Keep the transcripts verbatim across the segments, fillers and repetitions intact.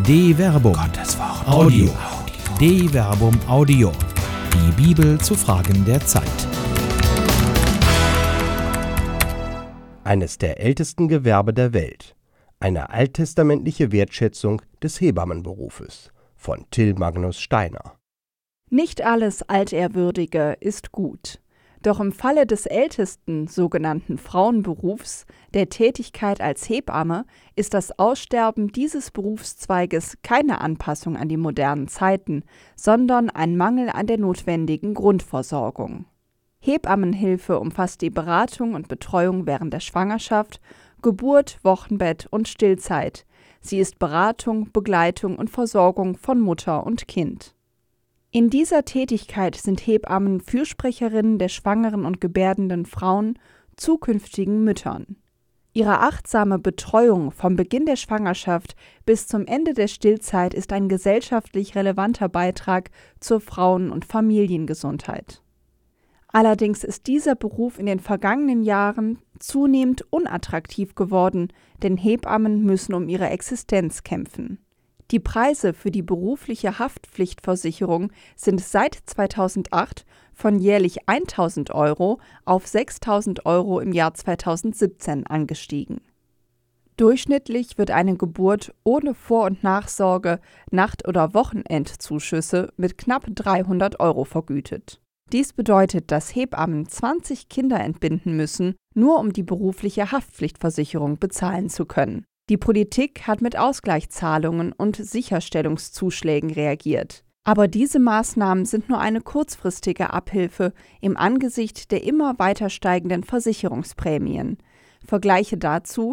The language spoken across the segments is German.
De Verbum. Gottes Wort. Audio. De Verbum Audio. Die Bibel zu Fragen der Zeit. Eines der ältesten Gewerbe der Welt. Eine alttestamentliche Wertschätzung des Hebammenberufes. Von Till Magnus Steiner. Nicht alles Altehrwürdige ist gut. Doch im Falle des ältesten sogenannten Frauenberufs, der Tätigkeit als Hebamme, ist das Aussterben dieses Berufszweiges keine Anpassung an die modernen Zeiten, sondern ein Mangel an der notwendigen Grundversorgung. Hebammenhilfe umfasst die Beratung und Betreuung während der Schwangerschaft, Geburt, Wochenbett und Stillzeit. Sie ist Beratung, Begleitung und Versorgung von Mutter und Kind. In dieser Tätigkeit sind Hebammen Fürsprecherinnen der schwangeren und gebärdenden Frauen, zukünftigen Müttern. Ihre achtsame Betreuung vom Beginn der Schwangerschaft bis zum Ende der Stillzeit ist ein gesellschaftlich relevanter Beitrag zur Frauen- und Familiengesundheit. Allerdings ist dieser Beruf in den vergangenen Jahren zunehmend unattraktiv geworden, denn Hebammen müssen um ihre Existenz kämpfen. Die Preise für die berufliche Haftpflichtversicherung sind seit zweitausendacht von jährlich eintausend Euro auf sechstausend Euro im Jahr zweitausendsiebzehn angestiegen. Durchschnittlich wird eine Geburt ohne Vor- und Nachsorge, Nacht- oder Wochenendzuschüsse mit knapp dreihundert Euro vergütet. Dies bedeutet, dass Hebammen zwanzig Kinder entbinden müssen, nur um die berufliche Haftpflichtversicherung bezahlen zu können. Die Politik hat mit Ausgleichszahlungen und Sicherstellungszuschlägen reagiert. Aber diese Maßnahmen sind nur eine kurzfristige Abhilfe im Angesicht der immer weiter steigenden Versicherungsprämien. Vergleiche dazu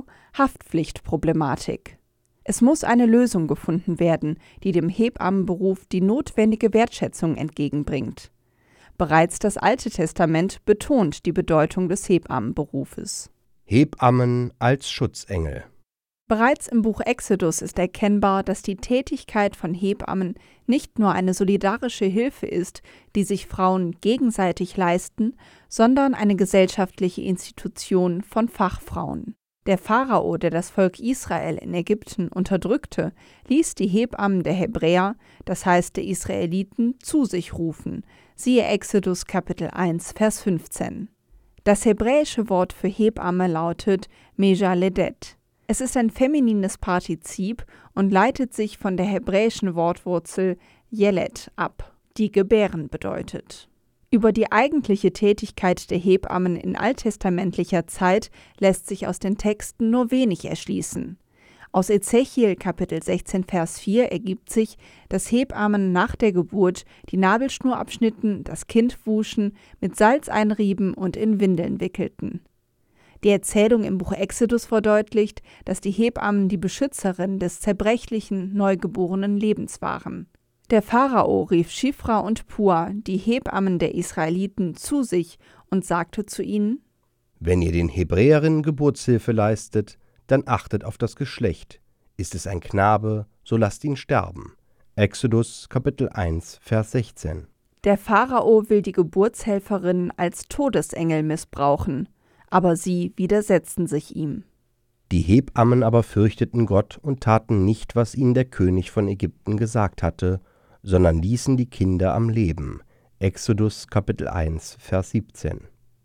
Haftpflichtproblematik. Es muss eine Lösung gefunden werden, die dem Hebammenberuf die notwendige Wertschätzung entgegenbringt. Bereits das Alte Testament betont die Bedeutung des Hebammenberufes. Hebammen als Schutzengel. Bereits im Buch Exodus ist erkennbar, dass die Tätigkeit von Hebammen nicht nur eine solidarische Hilfe ist, die sich Frauen gegenseitig leisten, sondern eine gesellschaftliche Institution von Fachfrauen. Der Pharao, der das Volk Israel in Ägypten unterdrückte, ließ die Hebammen der Hebräer, das heißt der Israeliten, zu sich rufen. Siehe Exodus Kapitel eins, Vers fünfzehn. Das hebräische Wort für Hebamme lautet Mejaledet. Es ist ein feminines Partizip und leitet sich von der hebräischen Wortwurzel Yelet ab, die gebären bedeutet. Über die eigentliche Tätigkeit der Hebammen in alttestamentlicher Zeit lässt sich aus den Texten nur wenig erschließen. Aus Ezechiel Kapitel sechzehn Vers vier ergibt sich, dass Hebammen nach der Geburt die Nabelschnur abschnitten, das Kind wuschen, mit Salz einrieben und in Windeln wickelten. Die Erzählung im Buch Exodus verdeutlicht, dass die Hebammen die Beschützerin des zerbrechlichen, neugeborenen Lebens waren. Der Pharao rief Schifra und Pua, die Hebammen der Israeliten, zu sich und sagte zu ihnen: Wenn ihr den Hebräerinnen Geburtshilfe leistet, dann achtet auf das Geschlecht. Ist es ein Knabe, so lasst ihn sterben. Exodus Kapitel eins, Vers sechzehn. Der Pharao will die Geburtshelferinnen als Todesengel missbrauchen, aber sie widersetzten sich ihm. Die Hebammen aber fürchteten Gott und taten nicht, was ihnen der König von Ägypten gesagt hatte, sondern ließen die Kinder am Leben. Exodus Kapitel eins, Vers siebzehn.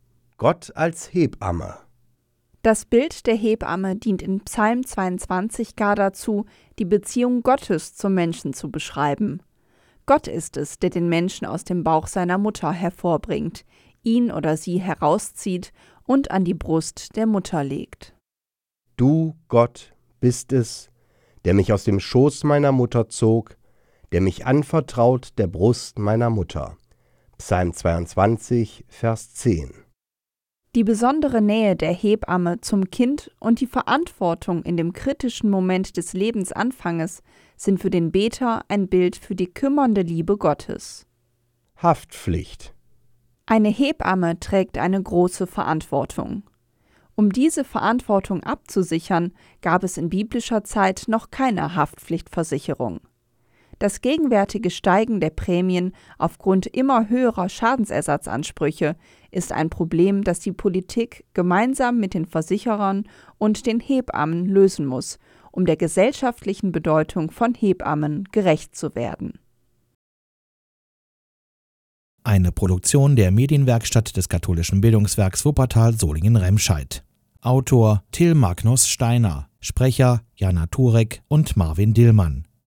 Gott als Hebamme. Das Bild der Hebamme dient in Psalm zweiundzwanzig gar dazu, die Beziehung Gottes zum Menschen zu beschreiben. Gott ist es, der den Menschen aus dem Bauch seiner Mutter hervorbringt, ihn oder sie herauszieht und an die Brust der Mutter legt. Du, Gott, bist es, der mich aus dem Schoß meiner Mutter zog, der mich anvertraut der Brust meiner Mutter. Psalm zweiundzwanzig, Vers zehn. Die besondere Nähe der Hebamme zum Kind und die Verantwortung in dem kritischen Moment des Lebensanfanges sind für den Beter ein Bild für die kümmernde Liebe Gottes. Haftpflicht. Eine Hebamme trägt eine große Verantwortung. Um diese Verantwortung abzusichern, gab es in biblischer Zeit noch keine Haftpflichtversicherung. Das gegenwärtige Steigen der Prämien aufgrund immer höherer Schadensersatzansprüche ist ein Problem, das die Politik gemeinsam mit den Versicherern und den Hebammen lösen muss, um der gesellschaftlichen Bedeutung von Hebammen gerecht zu werden. Eine Produktion der Medienwerkstatt des katholischen Bildungswerks Wuppertal Solingen-Remscheid. Autor Till Magnus Steiner, Sprecher Jana Turek und Marvin Dillmann.